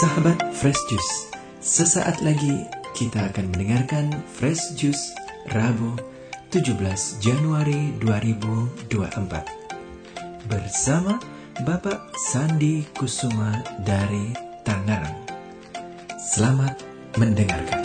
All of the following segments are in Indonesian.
Sahabat Fresh Juice, sesaat lagi kita akan mendengarkan Fresh Juice Rabu 17 Januari 2024 bersama Bapak Sandi Kusuma dari Tangerang. Selamat mendengarkan.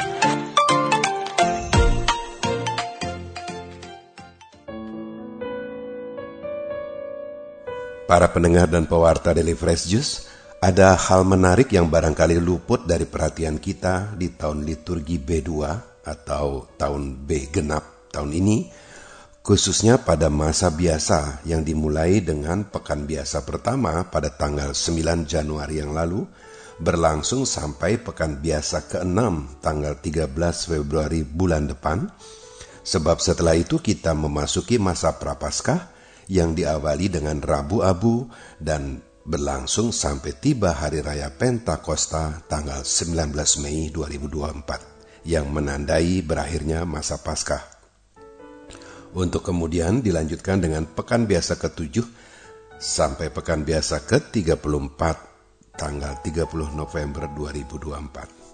Para pendengar dan pewarta Daily Fresh Juice, ada hal menarik yang barangkali luput dari perhatian kita di tahun liturgi B2 atau tahun B genap tahun ini, khususnya pada masa biasa yang dimulai dengan pekan biasa pertama pada tanggal 9 Januari yang lalu, berlangsung sampai pekan biasa ke-6 tanggal 13 Februari bulan depan, sebab setelah itu kita memasuki masa Prapaskah yang diawali dengan Rabu Abu dan berlangsung sampai tiba Hari Raya Pentakosta tanggal 19 Mei 2024 yang menandai berakhirnya masa Paskah. Untuk kemudian dilanjutkan dengan pekan biasa ke-7 sampai pekan biasa ke-34 tanggal 30 November 2024.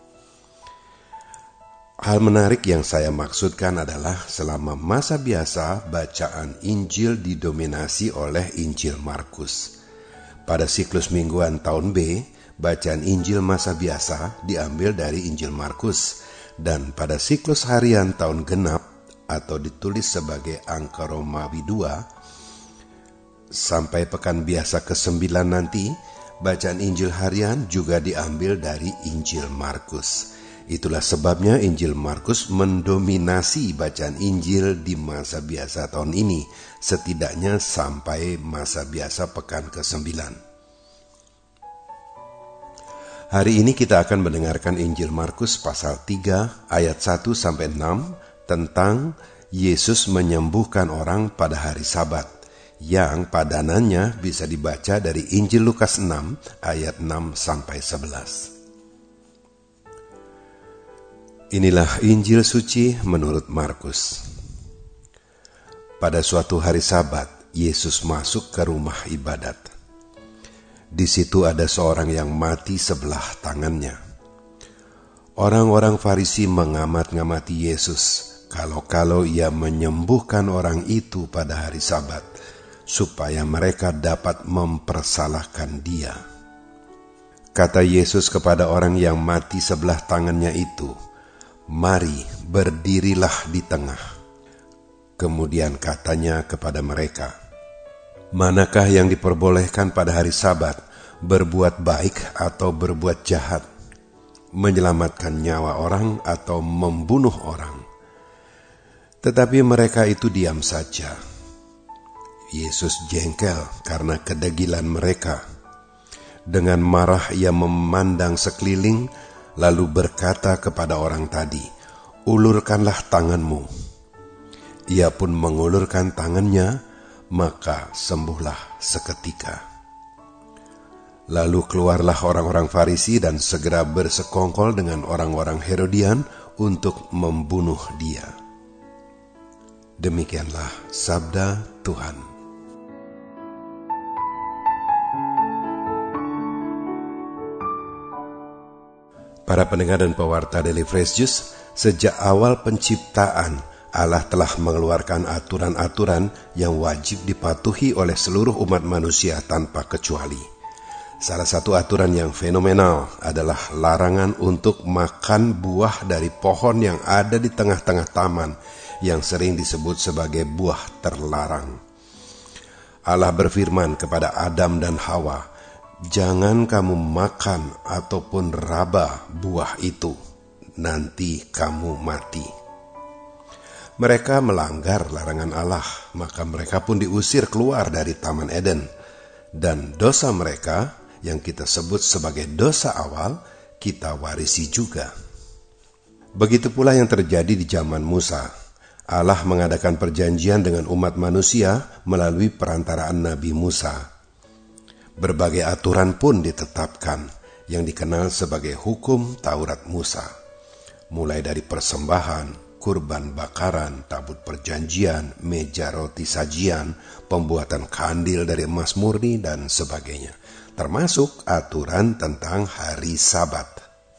Hal menarik yang saya maksudkan adalah selama masa biasa bacaan Injil didominasi oleh Injil Markus. Pada siklus mingguan tahun B, bacaan Injil masa biasa diambil dari Injil Markus, dan pada siklus harian tahun genap atau ditulis sebagai angka Romawi 2, sampai pekan biasa ke-9 nanti, bacaan Injil harian juga diambil dari Injil Markus. Itulah sebabnya Injil Markus mendominasi bacaan Injil di masa biasa tahun ini, setidaknya sampai masa biasa pekan ke-9. Hari ini kita akan mendengarkan Injil Markus pasal 3 ayat 1-6 tentang Yesus menyembuhkan orang pada hari Sabat, yang padanannya bisa dibaca dari Injil Lukas 6 ayat 6-11. Inilah Injil suci menurut Markus. Pada suatu hari Sabat, Yesus masuk ke rumah ibadat. Di situ ada seorang yang mati sebelah tangannya. Orang-orang Farisi mengamat-ngamati Yesus kalau ia menyembuhkan orang itu pada hari Sabat, supaya mereka dapat mempersalahkan dia. Kata Yesus kepada orang yang mati sebelah tangannya itu, "Mari, berdirilah di tengah." Kemudian katanya kepada mereka, "Manakah yang diperbolehkan pada hari Sabat, berbuat baik atau berbuat jahat, menyelamatkan nyawa orang atau membunuh orang?" Tetapi mereka itu diam saja. Yesus jengkel karena kedegilan mereka. Dengan marah ia memandang sekeliling, lalu berkata kepada orang tadi, "Ulurkanlah tanganmu." Ia pun mengulurkan tangannya, maka sembuhlah seketika. Lalu keluarlah orang-orang Farisi dan segera bersekongkol dengan orang-orang Herodian untuk membunuh dia. Demikianlah sabda Tuhan. Para pendengar dan pewarta Daily Fresh Juice, sejak awal penciptaan, Allah telah mengeluarkan aturan-aturan yang wajib dipatuhi oleh seluruh umat manusia tanpa kecuali. Salah satu aturan yang fenomenal adalah larangan untuk makan buah dari pohon yang ada di tengah-tengah taman, yang sering disebut sebagai buah terlarang. Allah berfirman kepada Adam dan Hawa, "Jangan kamu makan ataupun raba buah itu, nanti kamu mati." Mereka melanggar larangan Allah, maka mereka pun diusir keluar dari Taman Eden. Dan dosa mereka, yang kita sebut sebagai dosa awal, kita warisi juga. Begitu pula yang terjadi di zaman Musa. Allah mengadakan perjanjian dengan umat manusia melalui perantaraan Nabi Musa. Berbagai aturan pun ditetapkan yang dikenal sebagai hukum Taurat Musa, mulai dari persembahan, kurban bakaran, tabut perjanjian, meja roti sajian, pembuatan kandil dari emas murni, dan sebagainya. Termasuk aturan tentang hari Sabat.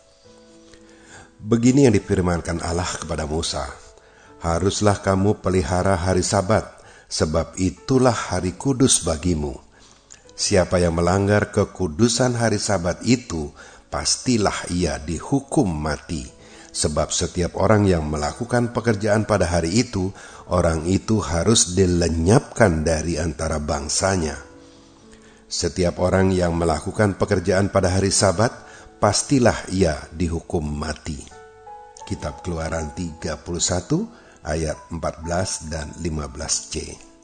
Begini yang difirmankan Allah kepada Musa, haruslah kamu pelihara hari Sabat, sebab itulah hari kudus bagimu. Siapa yang melanggar kekudusan hari Sabat itu, pastilah ia dihukum mati. Sebab setiap orang yang melakukan pekerjaan pada hari itu, orang itu harus dilenyapkan dari antara bangsanya. Setiap orang yang melakukan pekerjaan pada hari Sabat, pastilah ia dihukum mati. Kitab Keluaran 31 ayat 14 dan 15c.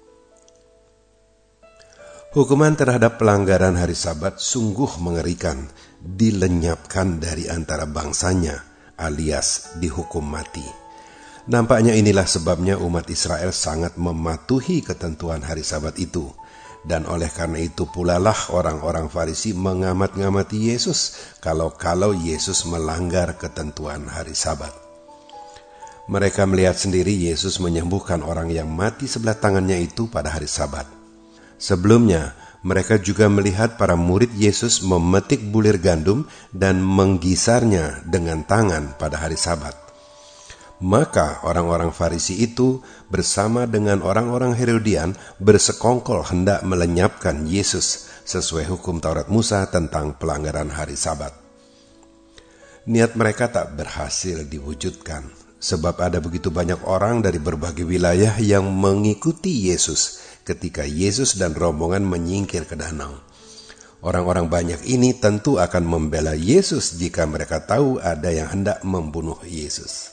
Hukuman terhadap pelanggaran hari Sabat sungguh mengerikan, dilenyapkan dari antara bangsanya, alias dihukum mati. Nampaknya inilah sebabnya umat Israel sangat mematuhi ketentuan hari Sabat itu. Dan oleh karena itu pula lah orang-orang Farisi mengamat-ngamati Yesus kalau Yesus melanggar ketentuan hari Sabat. Mereka melihat sendiri Yesus menyembuhkan orang yang mati sebelah tangannya itu pada hari Sabat. Sebelumnya, mereka juga melihat para murid Yesus memetik bulir gandum dan menggisarnya dengan tangan pada hari Sabat. Maka orang-orang Farisi itu bersama dengan orang-orang Herodian bersekongkol hendak melenyapkan Yesus sesuai hukum Taurat Musa tentang pelanggaran hari Sabat. Niat mereka tak berhasil diwujudkan, sebab ada begitu banyak orang dari berbagai wilayah yang mengikuti Yesus ketika Yesus dan rombongan menyingkir ke danau. Orang-orang banyak ini tentu akan membela Yesus jika mereka tahu ada yang hendak membunuh Yesus.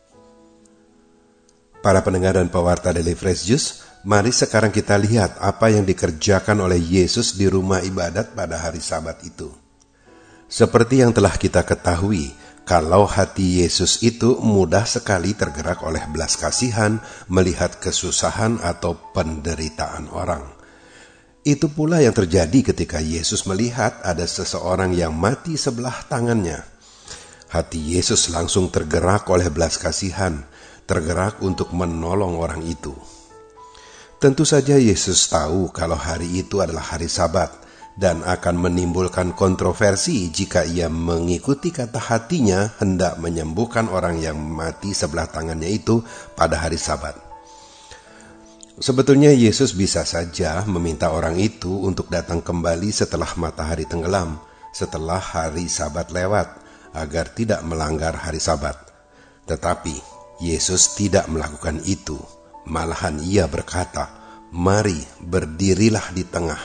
Para pendengar dan pewarta Daily Fresh Juice, mari sekarang kita lihat apa yang dikerjakan oleh Yesus di rumah ibadat pada hari Sabat itu. Seperti yang telah kita ketahui, kalau hati Yesus itu mudah sekali tergerak oleh belas kasihan melihat kesusahan atau penderitaan orang. Itu pula yang terjadi ketika Yesus melihat ada seseorang yang mati sebelah tangannya. Hati Yesus langsung tergerak oleh belas kasihan, tergerak untuk menolong orang itu. Tentu saja Yesus tahu kalau hari itu adalah hari Sabat, dan akan menimbulkan kontroversi jika ia mengikuti kata hatinya hendak menyembuhkan orang yang mati sebelah tangannya itu pada hari Sabat. Sebetulnya Yesus bisa saja meminta orang itu untuk datang kembali setelah matahari tenggelam, setelah hari Sabat lewat, agar tidak melanggar hari Sabat. Tetapi Yesus tidak melakukan itu, malahan ia berkata, "Mari berdirilah di tengah."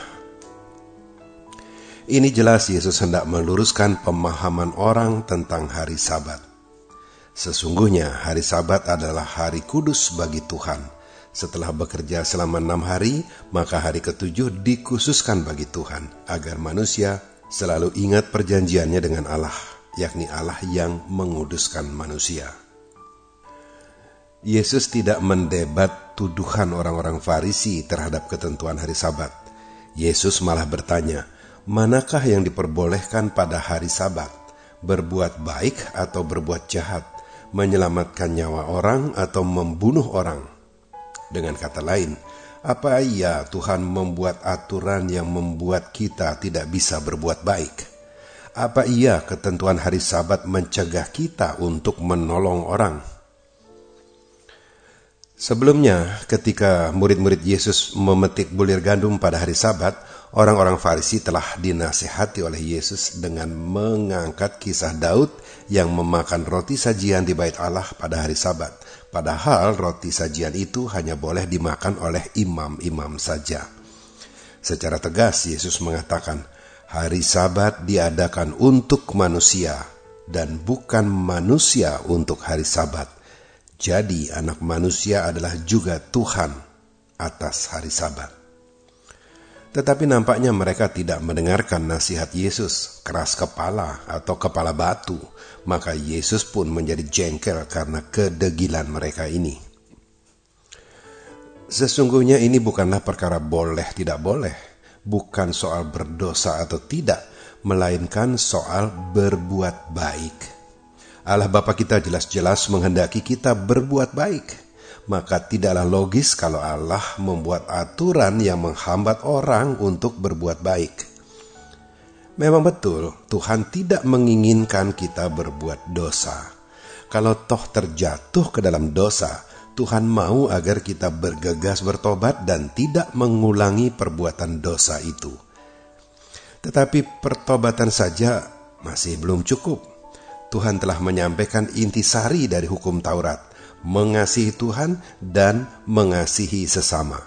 Ini jelas Yesus hendak meluruskan pemahaman orang tentang hari Sabat. Sesungguhnya hari Sabat adalah hari kudus bagi Tuhan. Setelah bekerja selama 6 hari, maka hari ke-7 dikhususkan bagi Tuhan, agar manusia selalu ingat perjanjiannya dengan Allah, yakni Allah yang menguduskan manusia. Yesus tidak mendebat tuduhan orang-orang Farisi terhadap ketentuan hari Sabat. Yesus malah bertanya, manakah yang diperbolehkan pada hari Sabat? Berbuat baik atau berbuat jahat? Menyelamatkan nyawa orang atau membunuh orang? Dengan kata lain, apa iya Tuhan membuat aturan yang membuat kita tidak bisa berbuat baik? Apa iya ketentuan hari Sabat mencegah kita untuk menolong orang? Sebelumnya, ketika murid-murid Yesus memetik bulir gandum pada hari Sabat, orang-orang Farisi telah dinasihati oleh Yesus dengan mengangkat kisah Daud yang memakan roti sajian di bait Allah pada hari Sabat. Padahal roti sajian itu hanya boleh dimakan oleh imam-imam saja. Secara tegas Yesus mengatakan, hari Sabat diadakan untuk manusia dan bukan manusia untuk hari Sabat. Jadi anak manusia adalah juga Tuhan atas hari Sabat. Tetapi nampaknya mereka tidak mendengarkan nasihat Yesus, keras kepala atau kepala batu. Maka Yesus pun menjadi jengkel karena kedegilan mereka ini. Sesungguhnya ini bukanlah perkara boleh tidak boleh, bukan soal berdosa atau tidak, melainkan soal berbuat baik. Allah Bapa kita jelas-jelas menghendaki kita berbuat baik. Maka tidaklah logis kalau Allah membuat aturan yang menghambat orang untuk berbuat baik. Memang betul, Tuhan tidak menginginkan kita berbuat dosa. Kalau toh terjatuh ke dalam dosa, Tuhan mau agar kita bergegas bertobat dan tidak mengulangi perbuatan dosa itu. Tetapi pertobatan saja masih belum cukup. Tuhan telah menyampaikan intisari dari hukum Taurat, mengasihi Tuhan dan mengasihi sesama.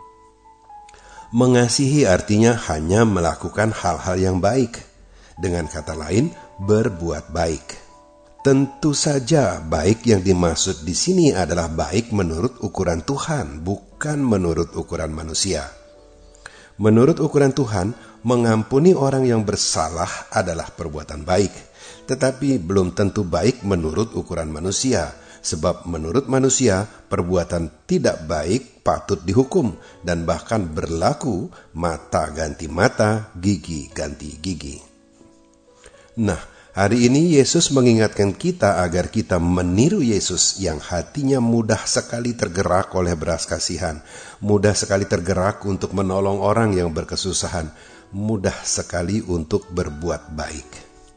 Mengasihi artinya hanya melakukan hal-hal yang baik. Dengan kata lain, berbuat baik. Tentu saja baik yang dimaksud di sini adalah baik menurut ukuran Tuhan, bukan menurut ukuran manusia. Menurut ukuran Tuhan, mengampuni orang yang bersalah adalah perbuatan baik. Tetapi belum tentu baik menurut ukuran manusia, sebab menurut manusia perbuatan tidak baik patut dihukum dan bahkan berlaku mata ganti mata, gigi ganti gigi. Nah, hari ini Yesus mengingatkan kita agar kita meniru Yesus yang hatinya mudah sekali tergerak oleh belas kasihan, mudah sekali tergerak untuk menolong orang yang berkesusahan, mudah sekali untuk berbuat baik.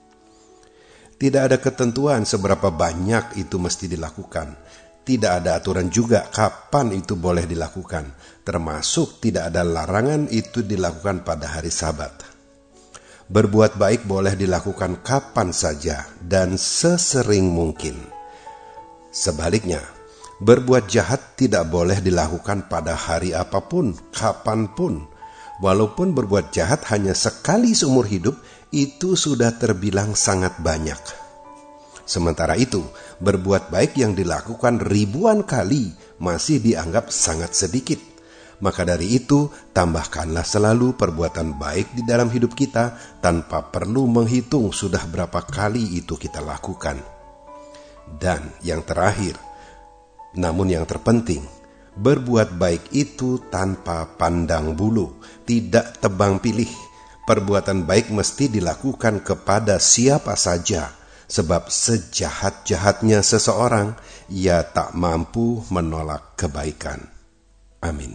Tidak ada ketentuan seberapa banyak itu mesti dilakukan. Tidak ada aturan juga kapan itu boleh dilakukan. Termasuk tidak ada larangan itu dilakukan pada hari Sabat. Berbuat baik boleh dilakukan kapan saja dan sesering mungkin. Sebaliknya, berbuat jahat tidak boleh dilakukan pada hari apapun, kapanpun. Walaupun berbuat jahat hanya sekali seumur hidup, itu sudah terbilang sangat banyak. Sementara itu, berbuat baik yang dilakukan ribuan kali masih dianggap sangat sedikit. Maka dari itu, tambahkanlah selalu perbuatan baik di dalam hidup kita tanpa perlu menghitung sudah berapa kali itu kita lakukan. Dan yang terakhir, namun yang terpenting, berbuat baik itu tanpa pandang bulu, tidak tebang pilih. Perbuatan baik mesti dilakukan kepada siapa saja, sebab sejahat-jahatnya seseorang, ia tak mampu menolak kebaikan. Amin.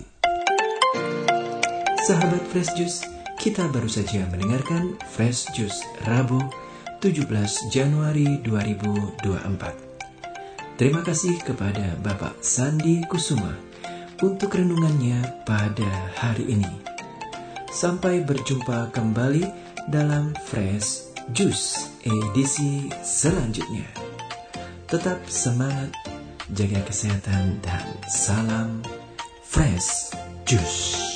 Sahabat Fresh Juice, kita baru saja mendengarkan Fresh Juice Rabu 17 Januari 2024. Terima kasih kepada Bapak Sandi Kusuma untuk renungannya pada hari ini. Sampai berjumpa kembali dalam Fresh Juice edisi selanjutnya. Tetap semangat, jaga kesehatan, dan salam Fresh Juice.